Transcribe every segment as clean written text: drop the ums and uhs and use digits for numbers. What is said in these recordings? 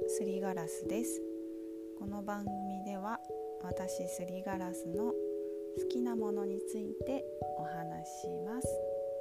すりガラスです。この番組では私すりガラスの好きなものについてお話しします。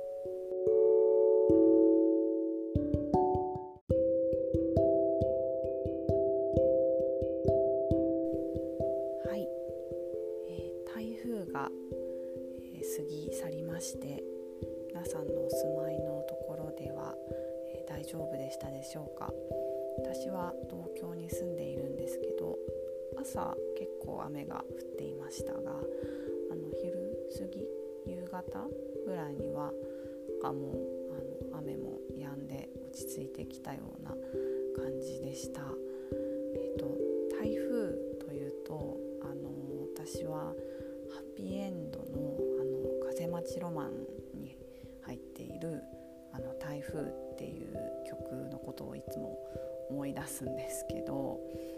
はい、台風が、過ぎ去りまして、皆さんのお住まいのところでは、大丈夫でしたでしょうか。私は東京に住んでいるんですけど、朝結構雨が降っていましたが、昼過ぎ夕方ぐらいにはもう雨も止んで落ち着いてきたような感じでした。台風というと私はハッピーエンドの風待ちロマンに入っている台風っていう曲のことをいつも思い出すんですけど、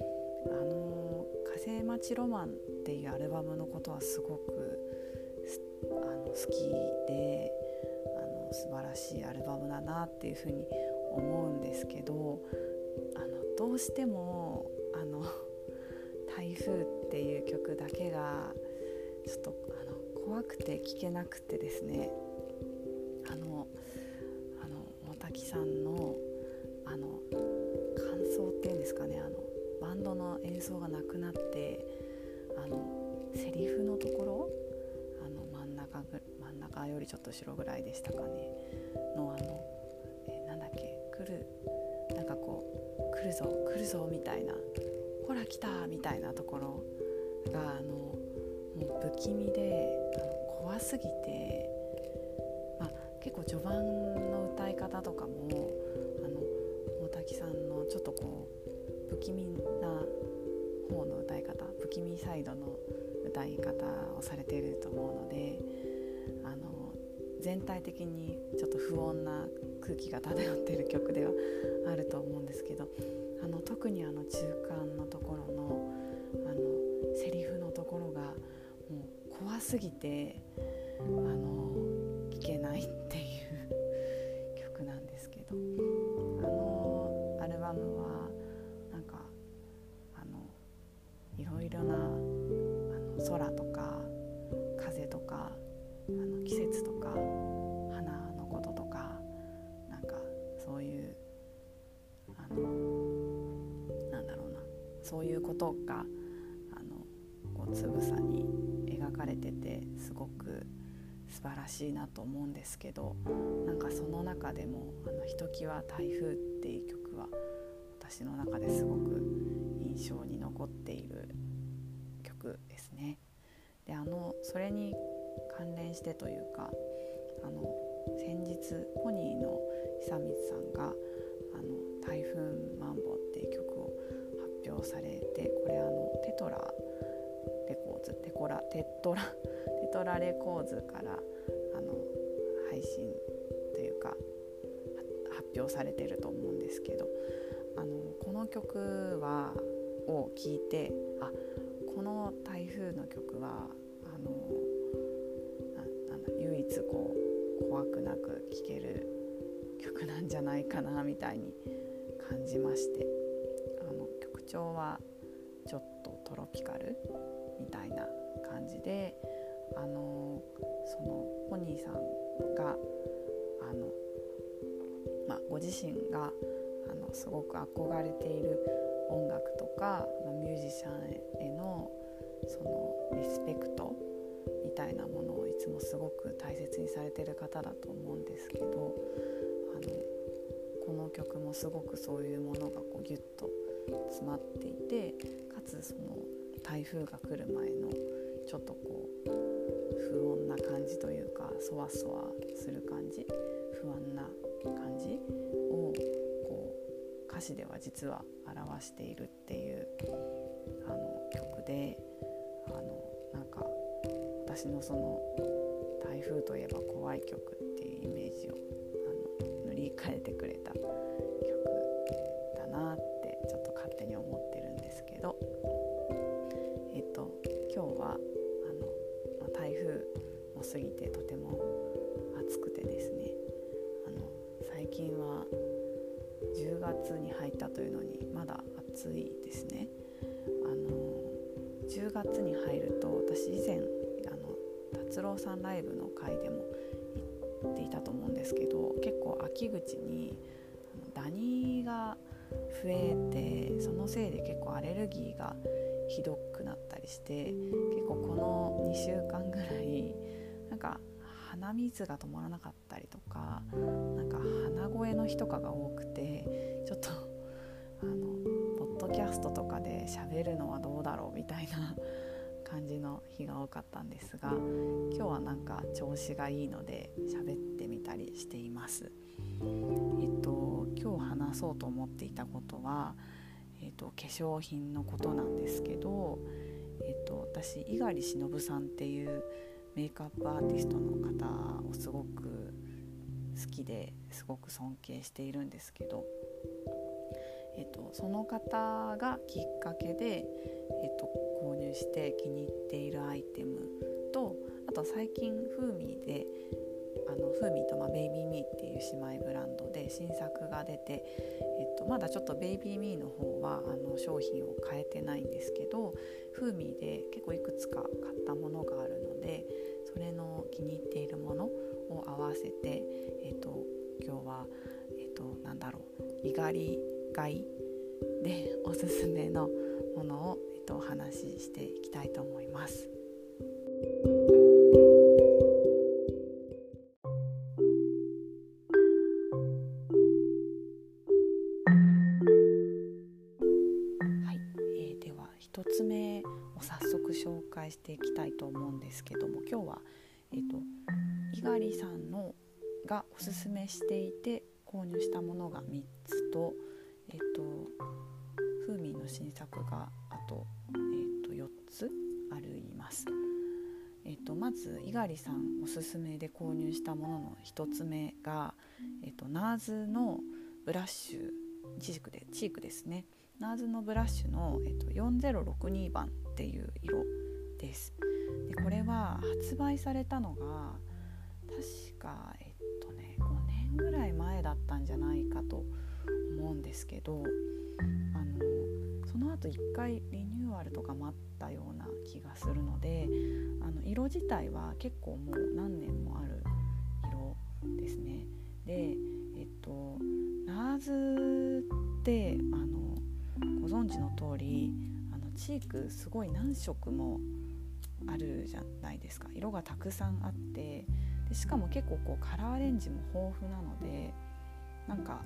風待ちロマンっていうアルバムのことはすごく好きで素晴らしいアルバムだなっていうふうに思うんですけど、どうしても台風っていう曲だけがちょっと怖くて聴けなくてですね、大滝さんの感想っていうんですかね、バンドの演奏がなくなってセリフのところ真ん中よりちょっと後ろぐらいでしたかねのなんだっけなんかこう来るぞみたいな、ほら来たみたいなところがもう不気味で怖すぎて、結構序盤の歌い方とかも大滝さんのちょっとこう不気味な方の歌い方、不気味サイドの歌い方をされていると思うので、全体的にちょっと不穏な空気が漂っている曲ではあると思うんですけど、特に中間のところのセリフのところがもう怖すぎて聞けないっていう曲なんですけど、アルバムはなんかいろいろな空とか風とか季節とか花のこととか、なんかそういうなんだろうな、そういうことがこうつぶさに描かれててすごく素晴らしいなと思うんですけど、なんかその中でもひときわ台風っていう曲は私の中ですごく印象に残っている曲ですね。でそれに関連してというか先日ポニーの久光さんが台風マンボっていう曲を発表されて、これテトラレコーズから配信というか発表されてると思うんですけど、この曲を聴いて、この台風の曲は唯一こう怖くなく聴ける曲なんじゃないかなみたいに感じまして、曲調はちょっとトロピカルみたいな感じで、そのポニーさんがご自身がすごく憧れている音楽とか、ミュージシャンへのそのリスペクトみたいなものをいつもすごく大切にされている方だと思うんですけど、この曲もすごくそういうものがこうギュッと詰まっていて、かつその台風が来る前のちょっとこう不穏な感じというか、そわそわする感じ、不安な感じをこう歌詞では実は表しているっていう曲で、なんか私のその台風といえば怖い曲っていうイメージを塗り替えてくれた曲だなってちょっと勝手に思ってるんですけど、今日は台風も過ぎてとても暑くてですね、最近は10月に入ったというのにまだ暑いですね。10月に入ると、私以前達郎さんライブの回でも言っていたと思うんですけど、結構秋口にダニが増えて、そのせいで結構アレルギーがひどくなったりして、結構この2週間ぐらいなんか鼻水が止まらなかったりとか、なんか鼻声の日とかが多くて、ちょっとポッドキャストとかで喋るのはどうだろうみたいな感じの日が多かったんですが、今日はなんか調子がいいので喋ってみたりしています。今日話そうと思っていたことは、化粧品のことなんですけど、私猪狩忍さんっていうメイクアップアーティストの方をすごく好きですごく尊敬しているんですけど、その方がきっかけで、購入して気に入っているアイテムと、あと最近フーミーでフーミーとベイビーミーっていう姉妹ブランドで新作が出て、まだちょっとベイビーミーの方は商品を変えてないんですけど、フーミーで結構いくつか買ったものがあるので、それの気に入っているものを合わせて、今日は、猪狩買いでおすすめのものを、お話ししていきたいと思います。はい、では一つ目を早速紹介していきたいと思うんですけども、今日は、猪狩さんがおすすめしていて購入したものが3つと、フーミーの新作があと、4つあります。まず猪狩さんおすすめで購入したものの1つ目が、NARS のブラッシュチークですね。NARS のブラッシュの、4062番っていう色です。でこれは発売されたのが確か、5年ぐらい前だったんじゃないかと思うんですけど、その後1回リニューアルとかもあったような気がするので、色自体は結構もう何年もある色ですね。で、NARS ってご存知の通りチークすごい何色もあるじゃないですか。色がたくさんあって、でしかも結構カラーレンジも豊富なので、なんか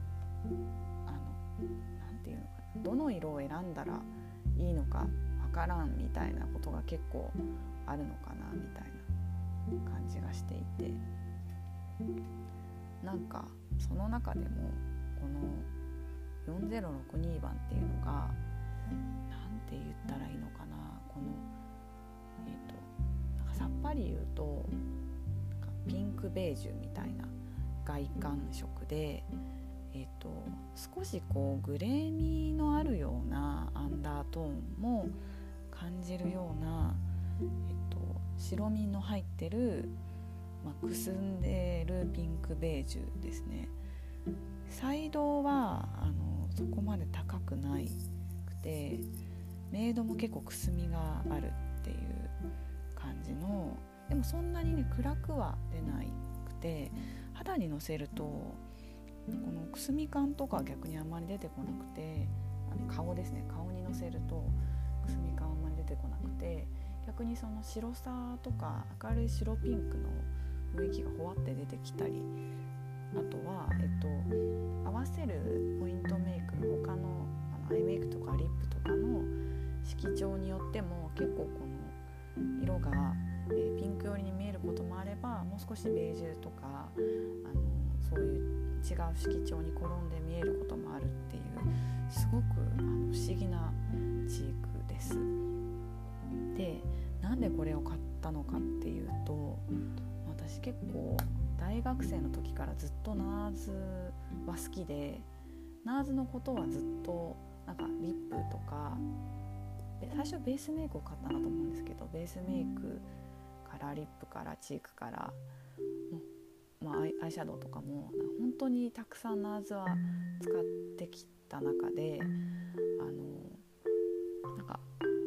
なんていうのかな、どの色を選んだらいいのかわからんみたいなことが結構あるのかなみたいな感じがしていて、なんかその中でもこの4062番っていうのがなんて言ったらいいのかな、このなんかさっぱり言うとピンクベージュみたいな外観色で、少しグレー味のあるようなアンダートーンも感じるような、白身の入ってる、くすんでるピンクベージュですね。彩度はそこまで高くないくて、明度も結構くすみがあるっていう感じの、でもそんなにね暗くは出なくて、肌にのせるとこのくすみ感とか逆にあんまり出てこなくて、顔ですね、顔にのせるとくすみ感あんまり出てこなくて、逆にその白さとか明るい白ピンクの雰囲気がほわって出てきたり、あとは、合わせるポイントメイク、他のアイメイクとかリップとかの色調によっても結構この色が、ピンク寄りに見えることもあれば、もう少しベージュとかそういう違う色調に転んで見えることもあるっていう、すごく不思議なチークです。で、なんでこれを買ったのかっていうと、私結構大学生の時からずっとNARSは好きで、NARSのことはずっとなんかリップとか、最初ベースメイクを買ったなと思うんですけど、ベースメイクからリップからチークからのアイシャドウとかも本当にたくさんナーズは使ってきた中でなんか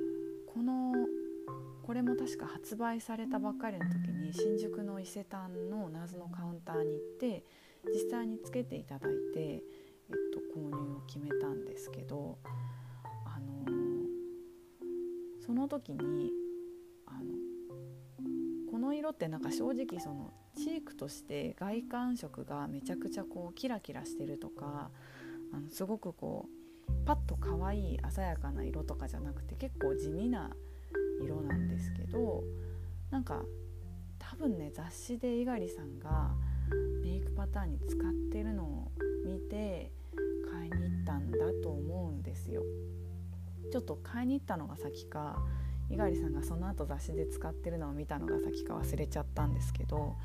これも確か発売されたばっかりの時に新宿の伊勢丹のナーズのカウンターに行って実際につけていただいて、購入を決めたんですけど、その時にこの色ってなんか正直そのチークとして外観色がめちゃくちゃこうキラキラしてるとかすごくこうパッと可愛い鮮やかな色とかじゃなくて結構地味な色なんですけど、なんか多分ね雑誌で猪狩さんがメイクパターンに使ってるのを見て買いに行ったんだと思うんですよ。ちょっと買いに行ったのが先か猪狩さんがその後雑誌で使ってるのを見たのが先か忘れちゃったんですけど、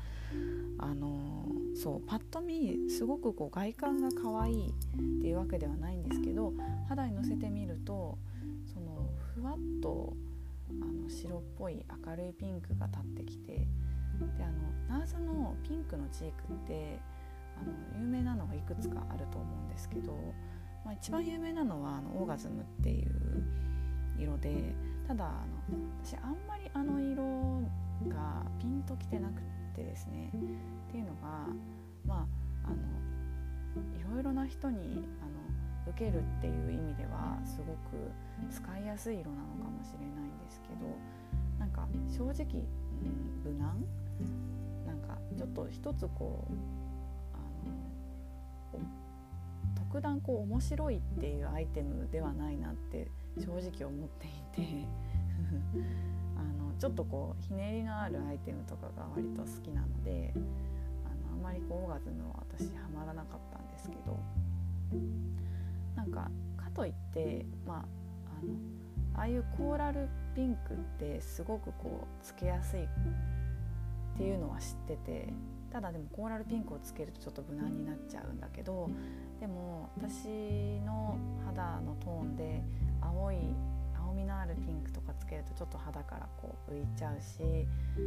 そうパッと見すごくこう外観が可愛いっていうわけではないんですけど、肌にのせてみるとそのふわっと白っぽい明るいピンクが立ってきて、でナーズのピンクのチークって有名なのがいくつかあると思うんですけど、一番有名なのはオーガズムっていう色で、ただ私あんまり色がピンときてなくてですね、っていうのがいろいろな人に受けるっていう意味ではすごく使いやすい色なのかもしれないんですけど、なんか正直、無難なんかちょっと一つこう特段こう面白いっていうアイテムではないなって正直思っていてちょっとこうひねりのあるアイテムとかが割と好きなのであんまりこうオーガズムは私ハマらなかったんですけど、なんかといってああいうコーラルピンクってすごくこうつけやすいっていうのは知ってて、ただでもコーラルピンクをつけるとちょっと無難になっちゃうんだけど、でも私の肌のトーンで青みのあるピンクとかつけるとちょっと肌からこう浮いちゃうし、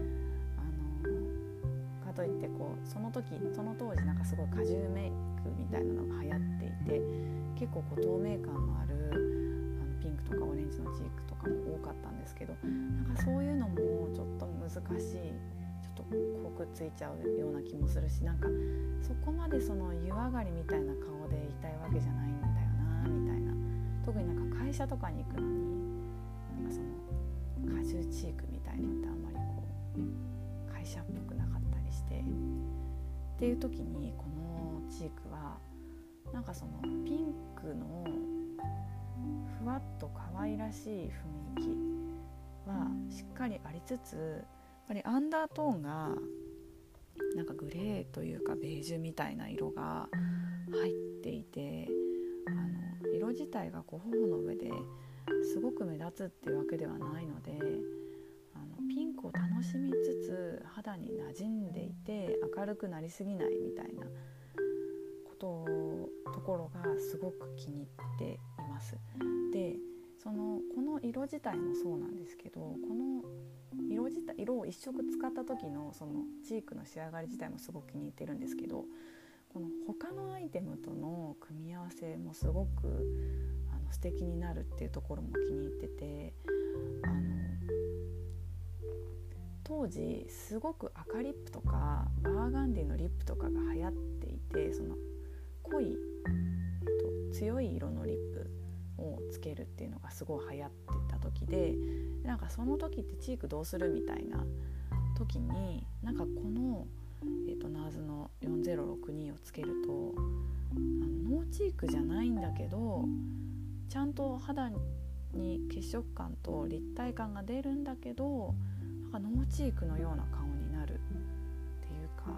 かといってこうその当時なんかすごい果汁メイクみたいなのが流行っていて、結構こう透明感のあるピンクとかオレンジのチークとかも多かったんですけど、なんかそういうのもちょっと難しい、ちょっと濃くついちゃうような気もするし、なんかそこまでその湯上がりみたいな顔でいたいわけじゃないんだよなみたいな。特になんか会社とかに行くのになんかその果汁チークみたいのってあんまりこう会社っぽくなかったりしてっていう時に、このチークはなんかそのピンクのふわっと可愛らしい雰囲気はしっかりありつつ、やっぱりアンダートーンがなんかグレーというかベージュみたいな色が入っていて、色自体がこう頬の上ですごく目立つっていうわけではないので、ピンクを楽しみつつ肌に馴染んでいて明るくなりすぎないみたいなところがすごく気に入っています。で、この色自体もそうなんですけど、この色を一色使った時のそのチークの仕上がり自体もすごく気に入ってるんですけど、この他のアイテムとの組み合わせもすごく素敵になるっていうところも気に入ってて、当時すごく赤リップとかバーガンディのリップとかが流行っていて、その濃い、強い色のリップをつけるっていうのがすごい流行ってた時で、なんかその時ってチークどうするみたいな時に、なんかこの、ナーズの4062をつけるとノーチークじゃないんだけどちゃんと肌に血色感と立体感が出るんだけど、なんかノーチークのような顔になるっていうか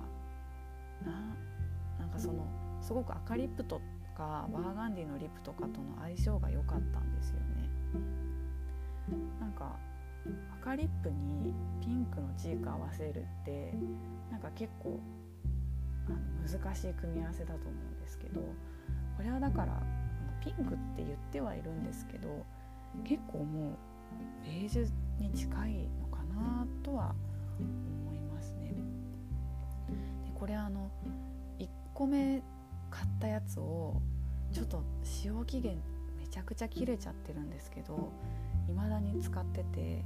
なんかそのすごく赤リップとかバーガンディのリップとかとの相性が良かったんですよね。なんか赤リップにピンクのチーク合わせるってなんか結構難しい組み合わせだと思うんですけど、これはだからピンクって言ってはいるんですけど、結構もうベージュに近いのかなとは思いますね。でここれ1個目買ったやつをちょっと使用期限めちゃくちゃ切れちゃってるんですけど、未だに使ってて、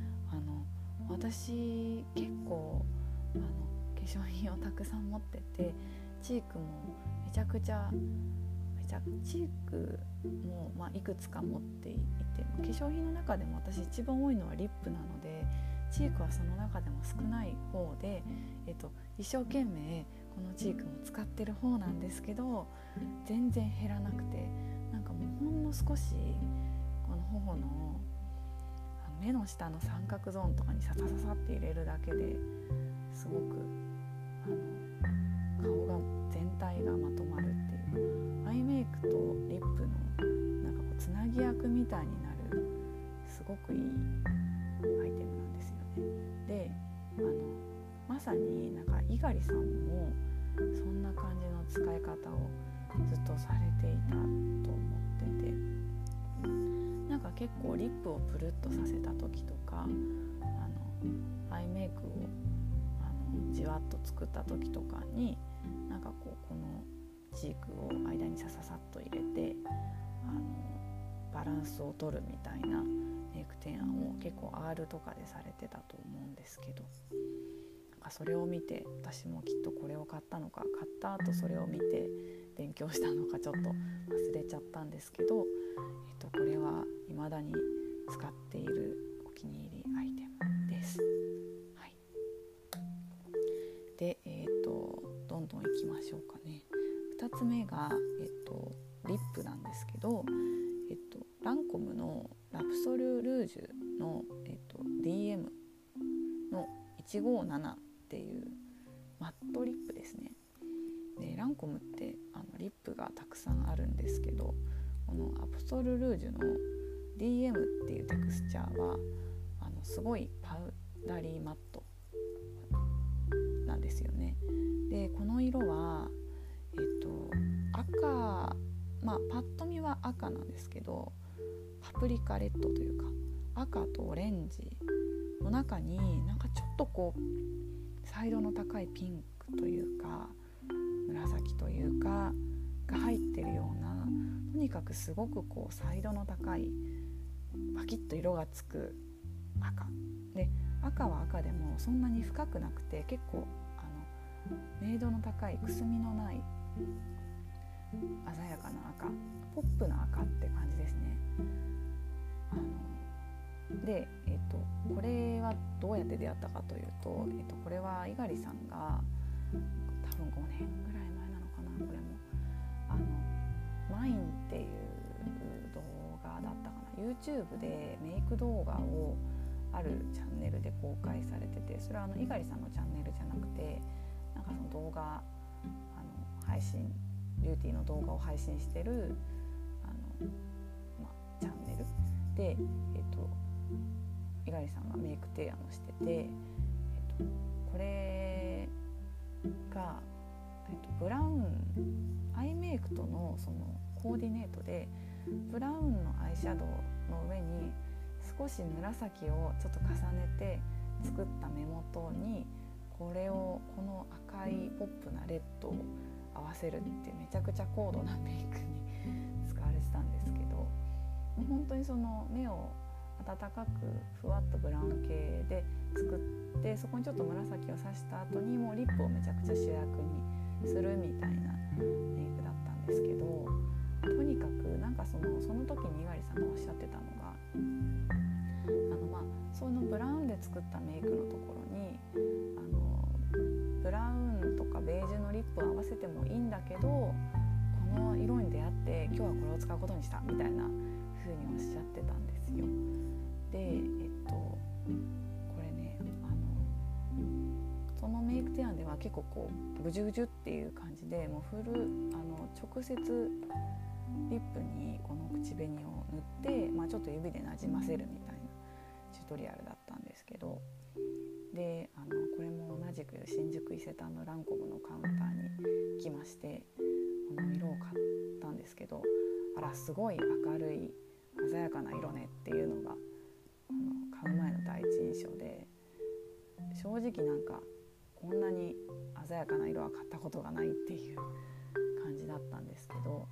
私結構化粧品をたくさん持ってて、チークもめちゃくちゃチークもいくつか持っていて、化粧品の中でも私一番多いのはリップなので、チークはその中でも少ない方で、一生懸命このチークも使ってる方なんですけど、全然減らなくて、なんかもうほんの少しこの頬の目の下の三角ゾーンとかにササササって入れるだけですごく顔が全体がまとまるっていう、アイメイクとリップのなんかこうつなぎ役みたいになるすごくいいアイテムなんですよね。でまさになんか猪狩さんもそんな感じの使い方をずっとされていたと思ってて、なんか結構リップをプルッとさせた時とかアイメイクをじわっと作った時とかに、なんかこのチークを間にさささっと入れてバランスを取るみたいなメイク提案を結構 R とかでされてたと思うんですけど、なんかそれを見て私もきっとこれを買ったのか、買った後それを見て勉強したのかちょっと忘れちゃったんですけど、これは未だに使っているお気に入りアイテムです。はい、で、どんどんいきましょうかね。2つ目が、リップなんですけど、ランコムのラプソルルージュの、DM の157っていうマットリップですね。でランコムってリップがたくさんあるんですけど、このアプソルルージュの DM っていうテクスチャーはすごいパウダリーマットなんですよね。でこの色は、赤、パッと見は赤なんですけど、パプリカレッドというか赤とオレンジの中になんかちょっとこう彩度の高いピンクというか紫というかが入ってるような、とにかくすごくこう彩度の高いパキッと色がつく赤で、赤は赤でもそんなに深くなくて、結構明度の高いくすみのない鮮やかな赤、ポップな赤って感じですね。で、これはどうやって出会ったかというと、これは猪狩さんが多分5年ぐらい前なのかな、これもマインっていう動画だったかな、 YouTube でメイク動画をあるチャンネルで公開されてて、それは猪狩さんのチャンネルじゃなくて、なんかその動画配信ビューティーの動画を配信してるチャンネルで、猪狩さんがメイク提案をしてて、これが、ブラウンアイメイクとのそのコーディネートで、ブラウンのアイシャドウの上に少し紫をちょっと重ねて作った目元にこの赤いポップなレッドを合わせるっていうめちゃくちゃ高度なメイクに使われてたんですけど、もう本当にその目を温かくふわっとブラウン系で作って、そこにちょっと紫を刺した後にもうリップをめちゃくちゃ主役にするみたいなメイクだったんですけど、とにかくなんかその時に猪狩さんがおっしゃってたのが、そのブラウンで作ったメイクのところにブラウンとかベージュのリップを合わせてもいいんだけど、この色に出会って今日はこれを使うことにしたみたいな風におっしゃってたんですよ。で、これねそのメイク提案では結構こうブジュブジュっていう感じで、もう直接リップにこの口紅を塗って、ちょっと指でなじませるみたいなチュートリアルだったんですけど、でこれも同じく新宿伊勢丹のランコムのカウンターに来まして、この色を買ったんですけど、あらすごい明るい鮮やかな色ねっていうのが買う前の第一印象で、正直なんかこんなに鮮やかな色は買ったことがないっていう感じだったんですけど、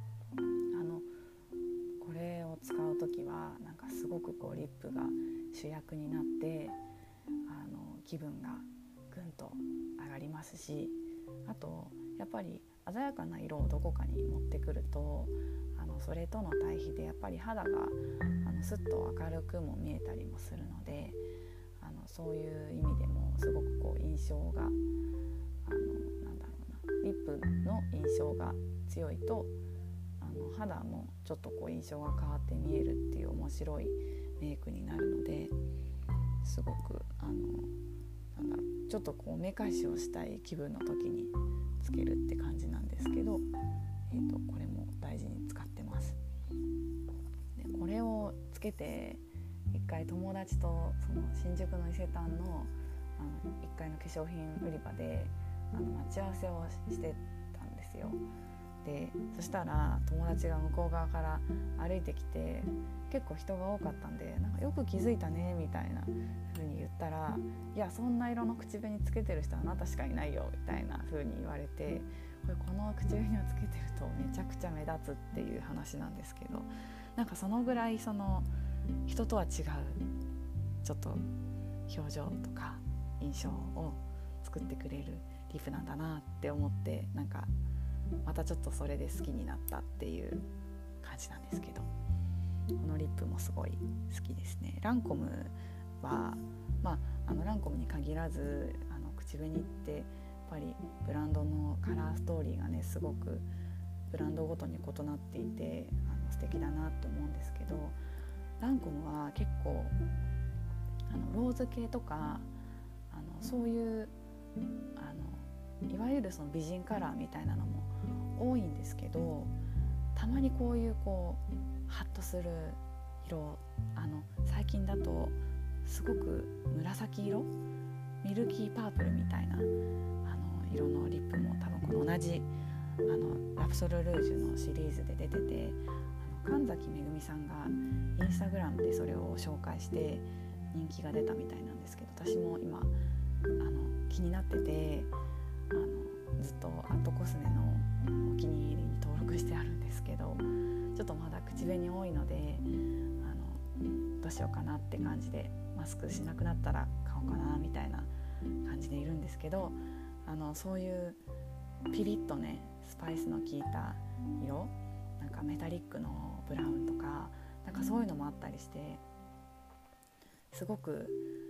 これを使う時はなんかすごくこうリップが主役になって気分がぐんと上がりますし、あとやっぱり鮮やかな色をどこかに持ってくるとそれとの対比でやっぱり肌がスッと明るくも見えたりもするので、そういう意味でもすごくこう印象がリップの印象が強いと肌もちょっとこう印象が変わって見えるっていう面白いメイクになるので、すごくちょっとこう目返しをしたい気分の時につけるって感じなんですけど、これも大事に使ってます。でこれをつけて一回友達とその新宿の伊勢丹の1階の化粧品売り場で待ち合わせをしてたんですよ。でそしたら友達が向こう側から歩いてきて、結構人が多かったんでなんかよく気づいたねみたいな風に言ったら、いやそんな色の口紅つけてる人はあなたしかいないよみたいな風に言われて、この口紅をつけてるとめちゃくちゃ目立つっていう話なんですけど、なんかそのぐらいその人とは違うちょっと表情とか印象を作ってくれるリップなんだなって思って、なんかまたちょっとそれで好きになったっていう感じなんですけど、このリップもすごい好きですね。ランコムは、ランコムに限らず口紅ってやっぱりブランドのカラーストーリーがねすごくブランドごとに異なっていて素敵だなと思うんですけど、ランコムは結構ローズ系とかそういういわゆるその美人カラーみたいなのも多いんですけど、たまにこういうハッとする色、最近だとすごく紫色、ミルキーパープルみたいな色のリップも多分この同じラプソルルージュのシリーズで出てて、神崎めぐみさんがインスタグラムでそれを紹介して人気が出たみたいなんですけど、私も今気になっててずっとアットコスメのお気に入りに登録してあるんですけど、ちょっとまだ口紅多いのでどうしようかなって感じで、マスクしなくなったら買おうかなみたいな感じでいるんですけど、そういうピリッとねスパイスの効いた色、なんかメタリックのブラウンとかなんかそういうのもあったりして、すごく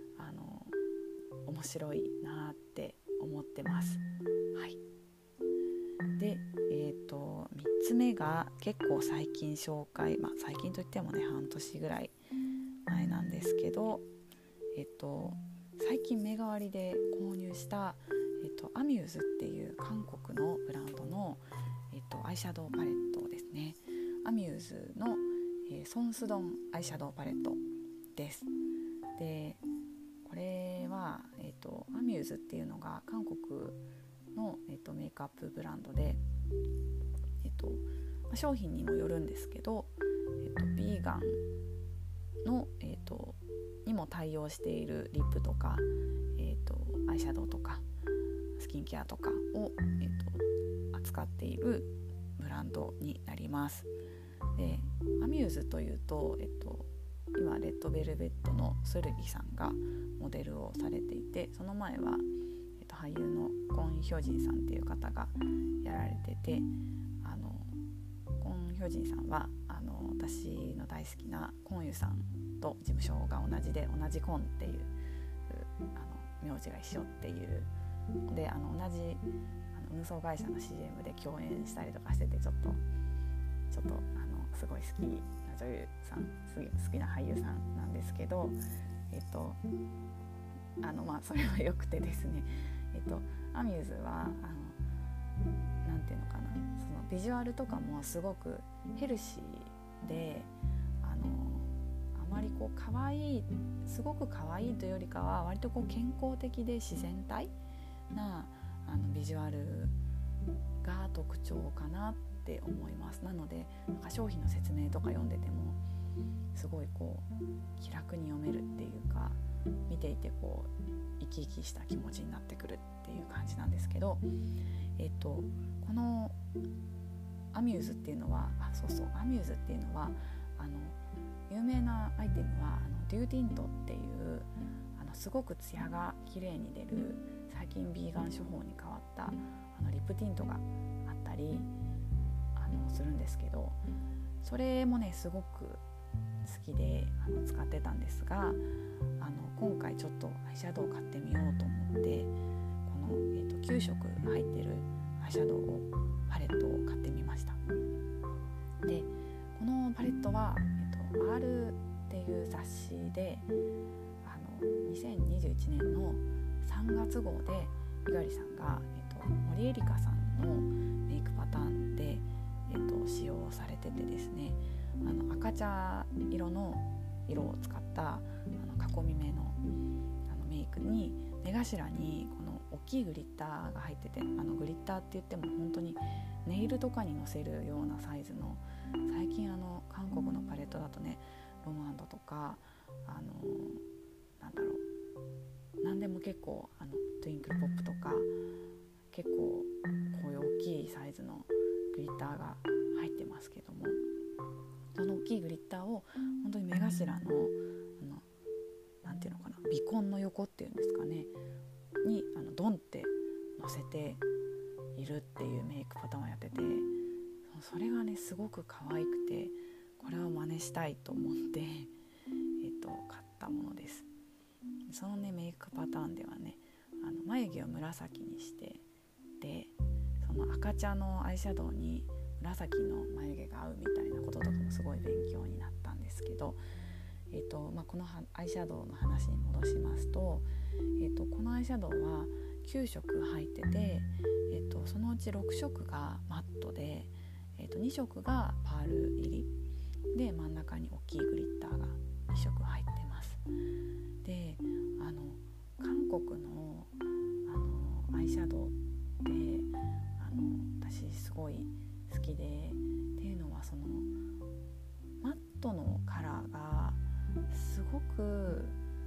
面白いなって思ってます。はい。で、3つ目が結構最近紹介、最近といってもね半年ぐらい前なんですけど、最近目代わりで購入した、アミューズっていう韓国のブランドの、アイシャドウパレットですね。アミューズの、ソンスドンアイシャドウパレットです。でこれは、アミューズっていうのが韓国の、メイクアップブランドで、商品にもよるんですけど、ビーガンの、にも対応しているリップとか、アイシャドウとかスキンケアとかを、扱っているブランドになります。でアミューズというと、今レッドベルベットのスルギさんがモデルをされていて、その前は、俳優のコン・ヒョジンさんっていう方がやられてて、コン・ヒョジンさんは私の大好きなコンユさんと事務所が同じで、同じコンっていう名字が一緒っていうで、同じ運送会社の CM で共演したりとかしてて、ちょっとすごい好きな女優さん、好きな俳優さんなんですけど、それはよくてですね、アミューズはなんていうのかな、そのビジュアルとかもすごくヘルシーで、あまり可愛い、すごく可愛いというよりかは割と健康的で自然体なビジュアルが特徴かなって思います。なのでなんか商品の説明とか読んでてもすごい気楽に読めるっていうか、見ていて生き生きした気持ちになってくるっていう感じなんですけど、 ど、このアミューズっていうのはアミューズっていうのは有名なアイテムはデューティントっていうすごくツヤが綺麗に出る、最近ビーガン処方に変わったリップティントがあったりするんですけど、それもねすごく好きで使ってたんですが、今回ちょっとアイシャドウを買ってみようと思ってこの、9色入ってるアイシャドウパレットを買ってみました。でこのパレットは、R っていう雑誌で2021年の3月号で猪狩さんが、森エリカさんのメイクパターンで、使用されててですね、赤茶色の色を使った囲み目のメイクに目頭にこの大きいグリッターが入ってて、グリッターって言っても本当にネイルとかにのせるようなサイズの、最近韓国のパレットだとねロムアンドとか何でも結構トゥインクルポップとか結構こういう大きいサイズのグリッターが入ってますけども、その大きいグリッターを本当に目頭のなんていうのかな、鼻根の横っていうんですかねにドンって乗せているっていうメイクパターンをやってて、それがねすごく可愛くて、これを真似したいと思って買ったものです。そのねメイクパターンではね眉毛を紫にして、でその赤茶のアイシャドウに紫の眉毛が合うみたいなこととかもすごい勉強になったんですけど、このアイシャドウの話に戻しますと、このアイシャドウは9色入ってて、そのうち6色がマットで、2色がパール入りで、真ん中に大きいグリッターが2色入ってます。で韓国のアイシャドウって私すごい好きで、っていうのはそのマットのカラーがすごく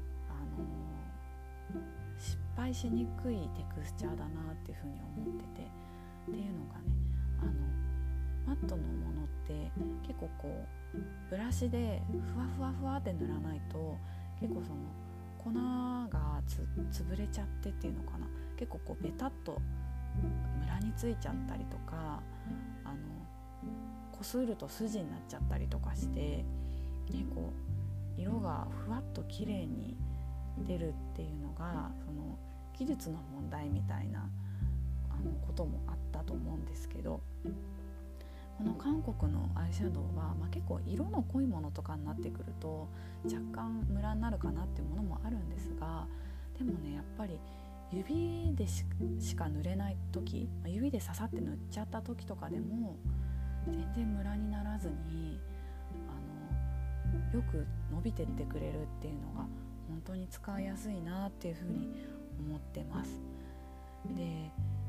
失敗しにくいテクスチャーだなっていうふうに思ってて、っていうのがねマットのものって結構こうブラシでふわふわふわって塗らないと結構その粉が潰れちゃってっていうのかな、結構こうベタっとムラについちゃったりとかこすると筋になっちゃったりとかして、結構色がふわっと綺麗に出るっていうのがその技術の問題みたいなこともあったと思うんですけど、この韓国のアイシャドウは、結構色の濃いものとかになってくると若干ムラになるかなっていうものもあるんですが、でもねやっぱり指で しか塗れない時、指でささって塗っちゃった時とかでも全然ムラにならずによく伸びてってくれるっていうのが本当に使いやすいなっていうふうに思ってます。で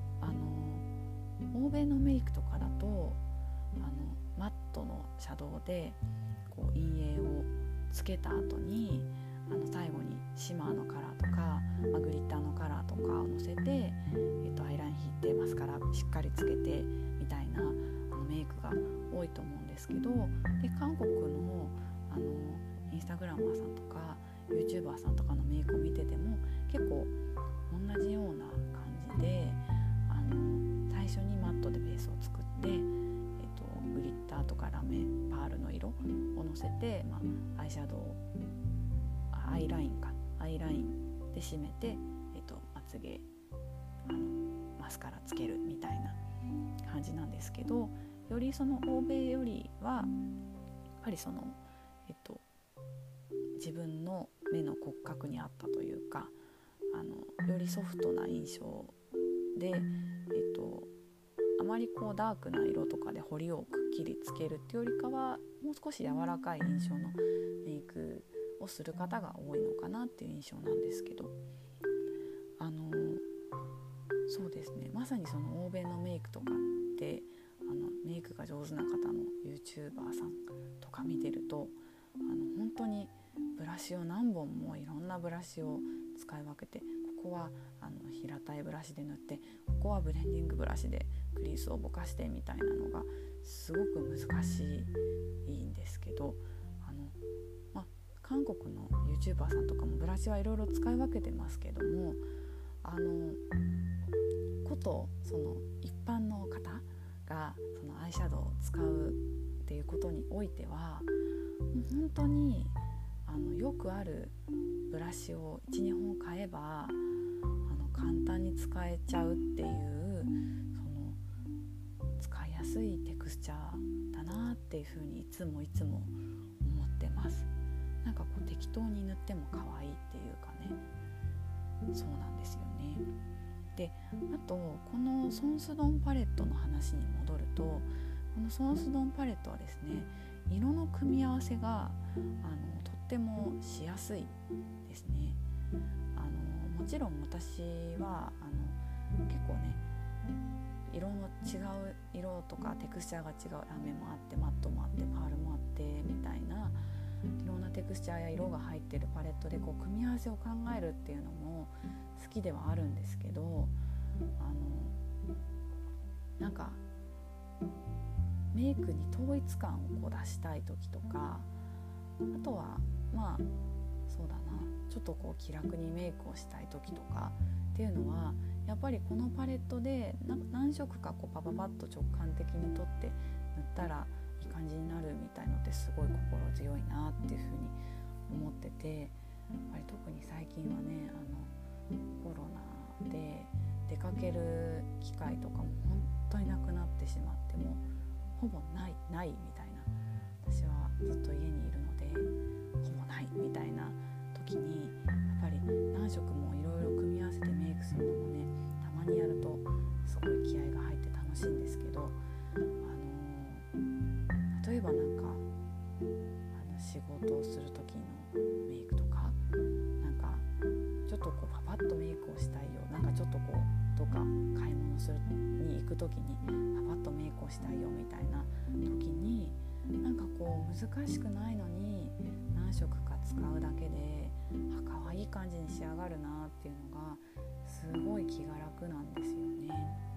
欧米のメイクとかだとマットのシャドウでこう陰影をつけた後に最後にシマーのカラーとか、グリッターのカラーとかをのせて、アイライン引いてマスカラしっかりつけてみたいなメイクが多いと思うんですけど、で韓国のインスタグラマーさんとか YouTuber さんとかのメイクを見てても結構同じような感じで最初にマットでベースを作って、グリッターとかラメパールの色をのせて、アイシャドウアイラインで締めて、まつげマスカラつけるみたいな感じなんですけど、よりその欧米よりはやっぱりその、自分の目の骨格に合ったというかよりソフトな印象で、あまりこうダークな色とかで彫りをくっきりつけるっていうよりかはもう少し柔らかい印象のメイクをする方が多いのかなっていう印象なんですけど、そうですね、まさにその欧米のメイクとかってメイクが上手な方の YouTuber さんとか見てると本当にブラシを何本もいろんなブラシを使い分けて、ここは平たいブラシで塗って、ここはブレンディングブラシでクリースをぼかしてみたいなのがすごく難しいんですけど、韓国の YouTuber さんとかもブラシはいろいろ使い分けてますけども、ことその一般の方がそのアイシャドウを使うっていうことにおいては、もう本当によくあるブラシを 1,2 本買えば簡単に使えちゃうっていう、その使いやすいテクスチャーだなっていうふうにいつも思ってます。なんかこう適当に塗っても可愛いっていうかね、そうなんですよね。で、あとこのソンスドンパレットの話に戻ると、このソンスドンパレットはですね、色の組み合わせがとってもしやすいですね。もちろん私は結構ね、色の違う色とかテクスチャーが違うラメもあってマットもあってパールもあってみたいな、いろんなテクスチャーや色が入ってるパレットでこう組み合わせを考えるっていうのも好きではあるんですけど、なんかメイクに統一感をこう出したい時とか、あとはそうだな、ちょっとこう気楽にメイクをしたい時とかっていうのは、やっぱりこのパレットで何色かこうパパパッと直感的に取って塗ったらいい感じになるみたいのってすごい心強いなっていうふうに思ってて、やっぱり特に最近はね、コロナで出かける機会とかも本当になくなってしまって、もうほぼないみたいな、私はずっと家にいるのでほぼないみたいな時に、やっぱり何色もいろいろ組み合わせてメイクするのもね、たまにやるとすごい気合が入って楽しいんですけど、例えばなんか仕事をする時のメイクとか、なんかちょっとこうパパッとメイクをしたいよ、なんかちょっとこうどっか買い物するに行く時にパパッとメイクをしたいよみたいな時に、なんかこう難しくないのに何色か使うだけで可愛い感じに仕上がるなっていうのがすごい気が楽なんですよね。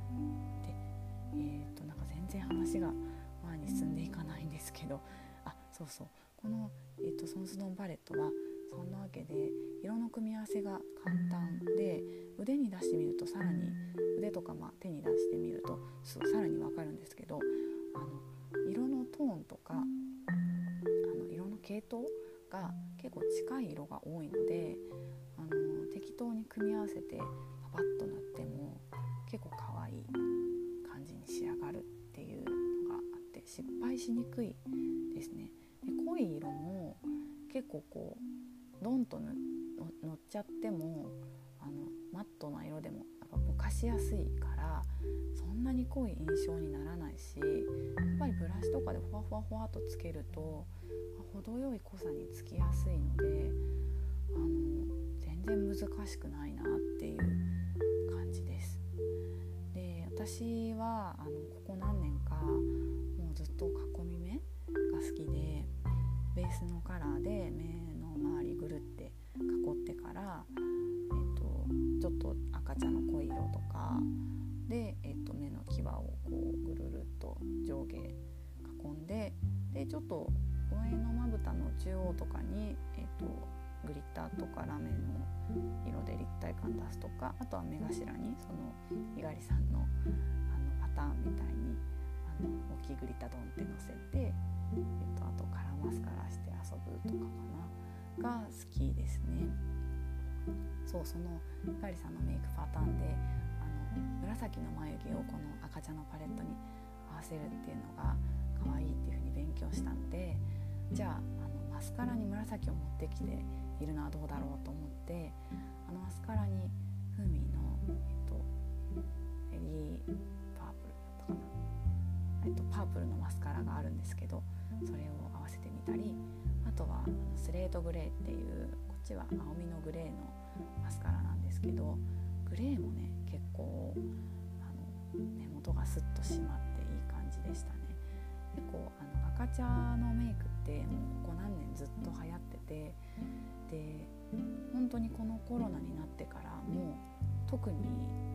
で、なんか全然話が前に進んでいかないんですけど、そうこの、ソンスドンパレットはそんなわけで色の組み合わせが簡単で、腕に出してみるとさらに、腕とか手に出してみるとさらに分かるんですけど、色のトーンとか色の系統が結構近い色が多いので、適当に組み合わせてパパッと塗っても結構可愛い感じに仕上がるっていうのがあって、失敗しにくいですね。で、濃い色も結構こうドンと塗っちゃってもマットな色でもやっぱぼかしやすいから、そんなに濃い印象にならないし、やっぱりブラシとかでふわふわふわっとつけると程よい濃さにつきやすいので、全然難しくないなっていう感じです。で、私はここ何年かもうずっと囲み目が好きで、ベースのカラーで目の周りぐるって囲ってから、ちょっと赤茶の濃い色とかで、目の際をこうぐるるっと上下囲んで、でちょっと上のまぶたの中央とかに、グリッターとかラメの色で立体感出すとか、あとは目頭にその猪狩さんのパターンみたいに大きいグリッタードンってのせて、あとカラーマスカラして遊ぶとかが好きですね。その猪狩さんのメイクパターンで紫の眉毛をこの赤茶のパレットに合わせるっていうのが可愛いっていう風に勉強したので、じゃあマスカラに紫を持ってきているのはどうだろうと思って、マスカラにフーミーの、エリーパープルだったかな、パープルのマスカラがあるんですけど、それを合わせてみたり、あとはスレートグレーっていう、こっちは青みのグレーのマスカラなんですけど、グレーもね結構根元がスッと締まっていい感じでしたね。結構赤茶のメイクってもうここ何年ずっと流行ってて、で本当にこのコロナになってからもう特に流行っ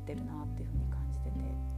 ってるなっていうふうに感じてて、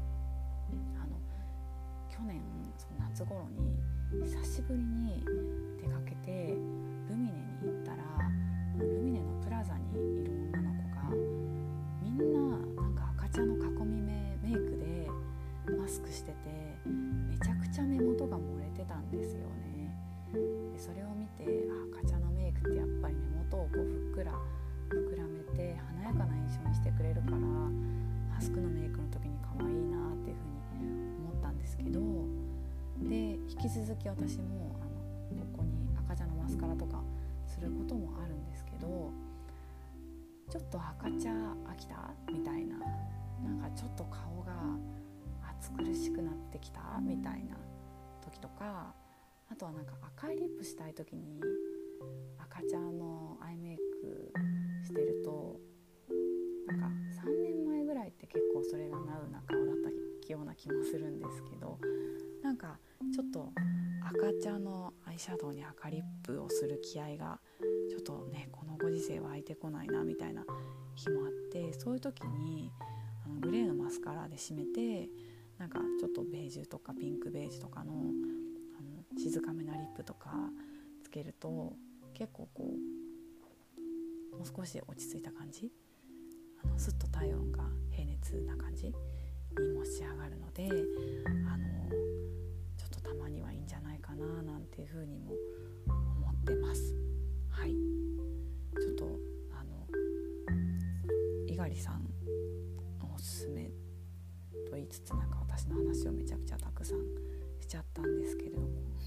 去年その夏頃に久しぶりに出かけてルミネに行ったら、ルミネのプラザにいる女の子がみんななんか赤茶の囲みメイクでマスクしてて、めちゃくちゃ目元が漏れてたんですよね。でそれを見て、赤茶のメイクってやっぱり目元をこうふっくら膨らめて華やかな印象にしてくれるから、マスクのメイクの時に可愛いなっていうふうに思ったんですけど、で引き続き私もここに赤茶のマスカラとかすることもあるんですけど、ちょっと赤茶飽きたみたいな、なんかちょっと顔が暑苦しくなってきたみたいな時とか、あとはなんか赤いリップしたい時に赤茶のアイメイクしてると、なんか3年前ぐらいって結構それがナウな顔だったような気もするんですけど、なんかちょっと赤茶のアイシャドウに赤リップをする気合がちょっとね、このご時世は湧いてこないなみたいな日もあって、そういう時にグレーのマスカラで締めて、なんかちょっとベージュとかピンクベージュとかの静かめなリップとかつけると、結構こうもう少し落ち着いた感じ、スッと体温が平熱な感じにも仕上がるので、ちょっとたまにはいいんじゃないかななんていうふうにも思ってます。はい、ちょっと猪狩さんのおすすめと言いつつ、なんか私の話をめちゃくちゃたくさんしちゃったんですけれども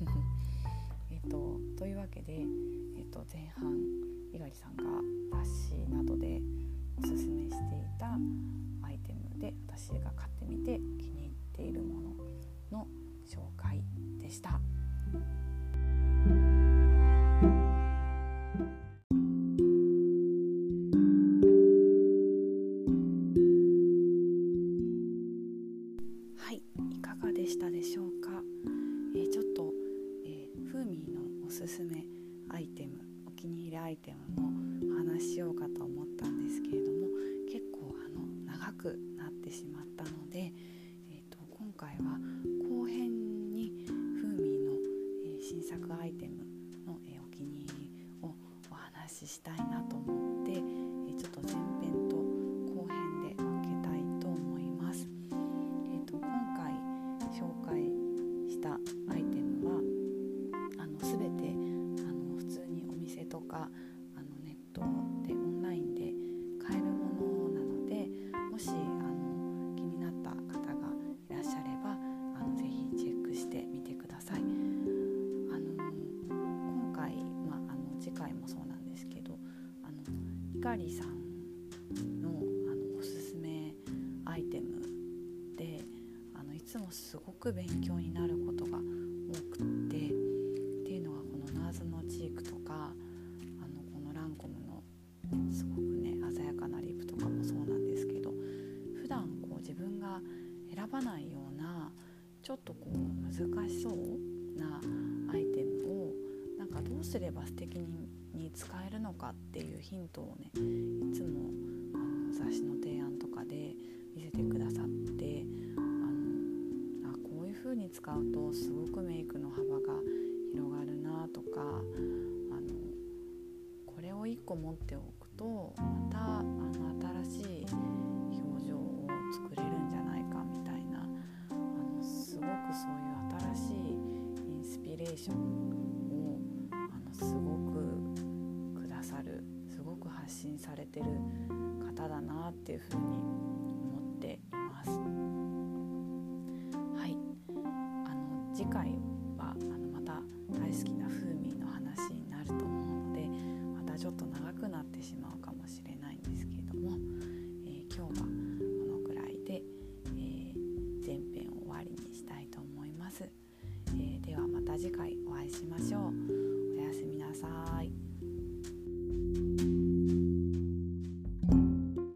というわけで、前半猪狩さんが雑誌などでおすすめしていたアイテムで、私が買ってみて気に入っているものの紹介でした。はい、いかがでしたでしょうか。ちょっと、フーミーのおすすめアイテム、お気に入りアイテムもお話ししようかと思ったんですけれども、結構長くなってしまったので、今回は後編にフーミーの、新作アイテムの、お気に入りをお話ししたいなと思って、ちょっと前編と後編で分けたいと思います。今回紹介したアイテムは全て普通にお店とかネットでオンラインで買えるものなので、もし気になった方がいらっしゃればぜひチェックしてみてください。今回、次回もそうなんですけど、猪狩さんのおすすめアイテムでいつもすごく勉強になることが多くって、っていうのはこのナーズのチークとかこのランコムのすごくね鮮やかなリップとかもそうなんですけど、普段こう自分が選ばないようなちょっとこう難しそうなアイテムをなんかどうすれば素敵に使えるのかっていうヒントをね、いつも雑誌の提案とかで見せてくださって、こういう風に使うとすごくメイクの幅が広がるなとか、これを1個持っておくとまた新しい表情を作れるんじゃないかみたいな、すごくそういう新しいインスピレーションをすごくくださる、すごく発信されてる方だなっていうふうに思っています。はい、次回